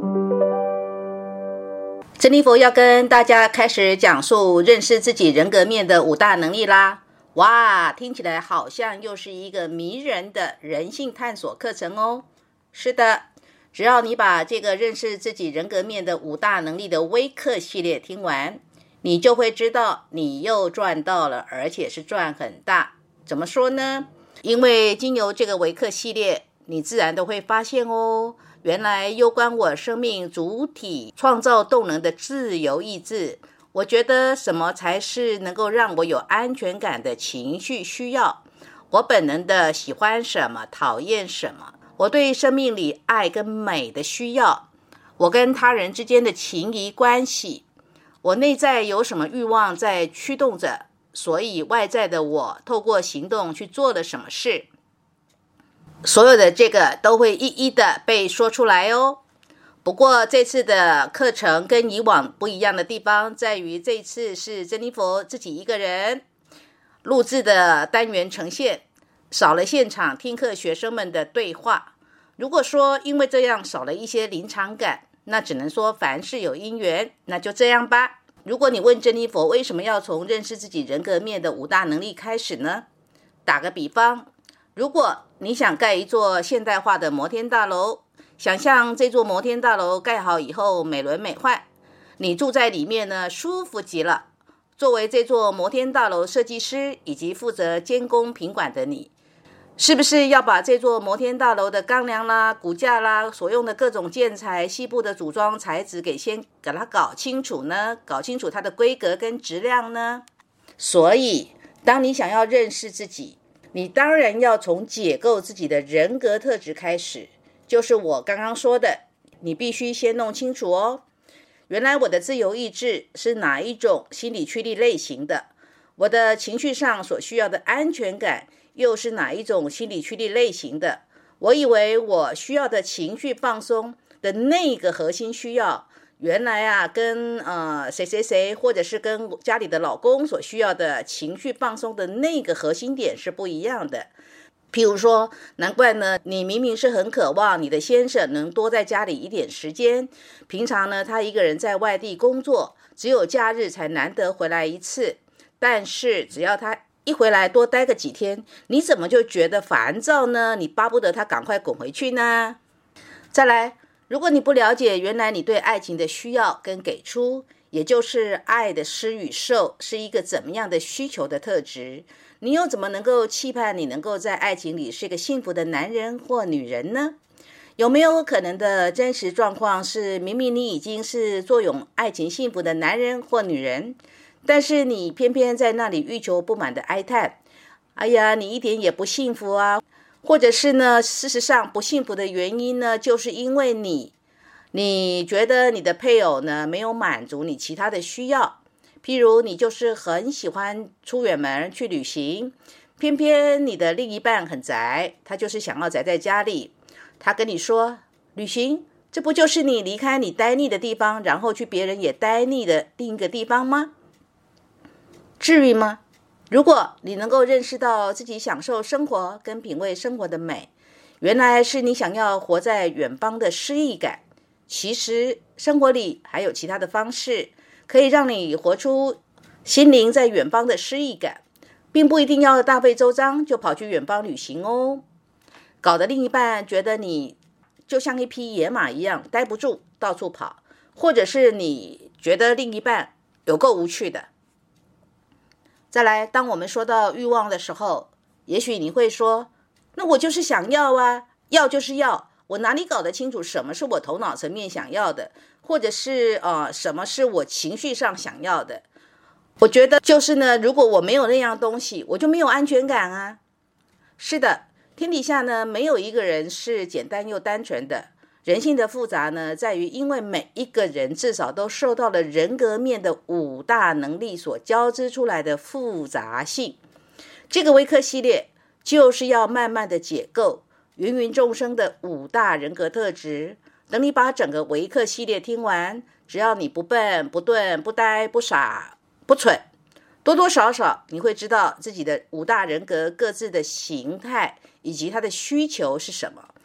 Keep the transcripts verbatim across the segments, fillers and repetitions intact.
珍妮佛要跟大家开始讲述认识自己人格面的五大能力啦。哇，听起来好像又是一个迷人的人性探索课程哦。是的，只要你把这个认识自己人格面的五大能力的微课系列听完，你就会知道你又赚到了，而且是赚很大。怎么说呢？因为经由这个微课系列，你自然都会发现哦，原来攸关我生命主体创造动能的自由意志，我觉得什么才是能够让我有安全感的情绪需要，我本能的喜欢什么，讨厌什么，我对生命里爱跟美的需要，我跟他人之间的情谊关系，我内在有什么欲望在驱动着，所以外在的我透过行动去做了什么事，所有的这个都会一一的被说出来哦。不过这次的课程跟以往不一样的地方在于，这一次是珍妮佛自己一个人录制的单元呈现，少了现场听课学生们的对话。如果说因为这样少了一些临场感，那只能说凡事有因缘，那就这样吧。如果你问珍妮佛为什么要从认识自己人格面的五大能力开始呢？打个比方，如果你想盖一座现代化的摩天大楼，想象这座摩天大楼盖好以后美轮美奂，你住在里面呢，舒服极了。作为这座摩天大楼设计师以及负责监工品管的你，是不是要把这座摩天大楼的钢梁啦、骨架啦、所用的各种建材、细部的组装材质给先给它搞清楚呢？搞清楚它的规格跟质量呢？所以当你想要认识自己，你当然要从解构自己的人格特质开始，就是我刚刚说的，你必须先弄清楚哦。原来我的自由意志是哪一种心理驱力类型的，我的情绪上所需要的安全感又是哪一种心理驱力类型的。我以为我需要的情绪放松的那个核心需要，原来啊跟呃谁谁谁或者是跟家里的老公所需要的情绪放松的那个核心点是不一样的。譬如说，难怪呢，你明明是很渴望你的先生能多在家里一点时间，平常呢他一个人在外地工作，只有假日才难得回来一次，但是只要他一回来多待个几天，你怎么就觉得烦躁呢？你巴不得他赶快滚回去呢？再来，如果你不了解原来你对爱情的需要跟给出，也就是爱的施与受是一个怎么样的需求的特质，你又怎么能够期盼你能够在爱情里是个幸福的男人或女人呢？有没有可能的真实状况是，明明你已经是坐拥爱情幸福的男人或女人，但是你偏偏在那里欲求不满的哀叹，哎呀，你一点也不幸福啊！或者是呢，事实上不幸福的原因呢，就是因为你你觉得你的配偶呢没有满足你其他的需要，譬如你就是很喜欢出远门去旅行，偏偏你的另一半很宅，他就是想要宅在家里。他跟你说，旅行这不就是你离开你待腻的地方，然后去别人也待腻的另一个地方吗？至于吗？如果你能够认识到自己享受生活跟品味生活的美，原来是你想要活在远方的诗意感，其实生活里还有其他的方式可以让你活出心灵在远方的诗意感，并不一定要大费周章就跑去远方旅行哦，搞得另一半觉得你就像一匹野马一样待不住，到处跑，或者是你觉得另一半有够无趣的。再来，当我们说到欲望的时候，也许你会说，那我就是想要啊，要就是要，我哪里搞得清楚什么是我头脑层面想要的，或者是呃什么是我情绪上想要的。我觉得就是呢，如果我没有那样东西，我就没有安全感啊。是的，天底下呢，没有一个人是简单又单纯的。人性的复杂呢，在于因为每一个人至少都受到了人格面的五大能力所交织出来的复杂性。这个微课系列就是要慢慢的解构芸芸众生的五大人格特质。等你把整个微课系列听完，只要你不笨、不钝、不呆、不傻、不蠢，多多少少你会知道自己的五大人格各自的形态以及它的需求是什么。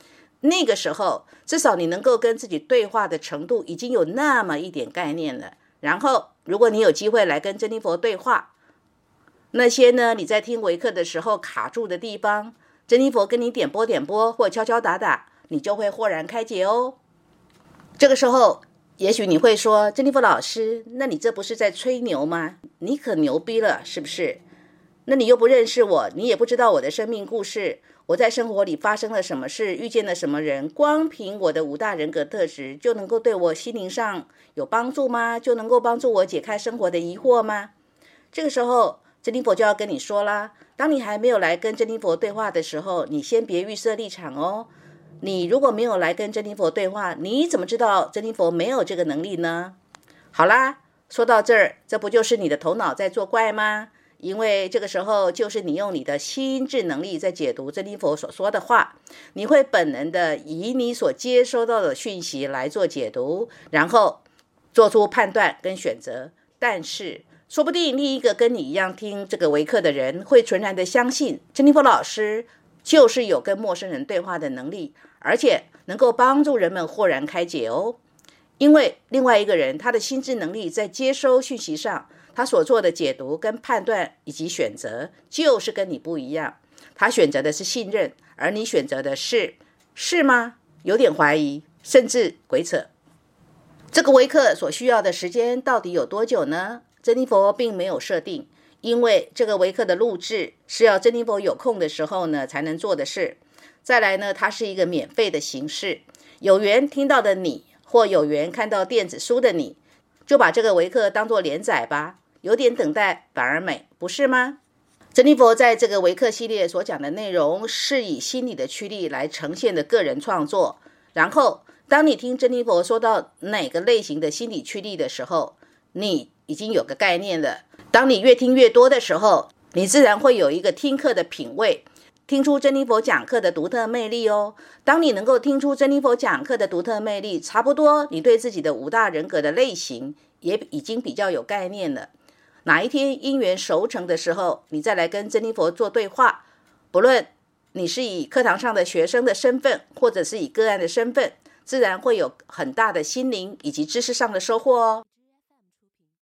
那个时候至少你能够跟自己对话的程度已经有那么一点概念了。然后如果你有机会来跟珍妮佛对话，那些呢你在听微课的时候卡住的地方，珍妮佛跟你点拨点拨或敲敲打打，你就会豁然开解哦。这个时候也许你会说，珍妮佛老师，那你这不是在吹牛吗？你可牛逼了是不是？那你又不认识我，你也不知道我的生命故事，我在生活里发生了什么事，遇见了什么人，光凭我的五大人格特质就能够对我心灵上有帮助吗？就能够帮助我解开生活的疑惑吗？这个时候珍妮佛就要跟你说啦，当你还没有来跟珍妮佛对话的时候，你先别预设立场哦。你如果没有来跟珍妮佛对话，你怎么知道珍妮佛没有这个能力呢？好啦，说到这儿，这不就是你的头脑在作怪吗？因为这个时候就是你用你的心智能力在解读珍妮佛所说的话，你会本能的以你所接收到的讯息来做解读，然后做出判断跟选择。但是说不定另一个跟你一样听这个微课的人会纯然的相信珍妮佛老师就是有跟陌生人对话的能力，而且能够帮助人们豁然开解哦。因为另外一个人他的心智能力在接收讯息上，他所做的解读跟判断以及选择就是跟你不一样，他选择的是信任，而你选择的是是吗？有点怀疑，甚至鬼扯。这个微课所需要的时间到底有多久呢？珍妮佛并没有设定，因为这个微课的录制是要珍妮佛有空的时候呢才能做的事。再来呢，它是一个免费的形式，有缘听到的你，或有缘看到电子书的你，就把这个微课当作连载吧，有点等待反而美，不是吗？珍妮佛在这个微课系列所讲的内容是以心理的驱力来呈现的个人创作，然后当你听珍妮佛说到哪个类型的心理驱力的时候，你已经有个概念了。当你越听越多的时候，你自然会有一个听课的品味，听出珍妮佛讲课的独特魅力哦。当你能够听出珍妮佛讲课的独特魅力，差不多你对自己的五大人格的类型也已经比较有概念了。哪一天因缘熟成的时候，你再来跟珍妮佛做对话，不论你是以课堂上的学生的身份，或者是以个案的身份，自然会有很大的心灵以及知识上的收获哦。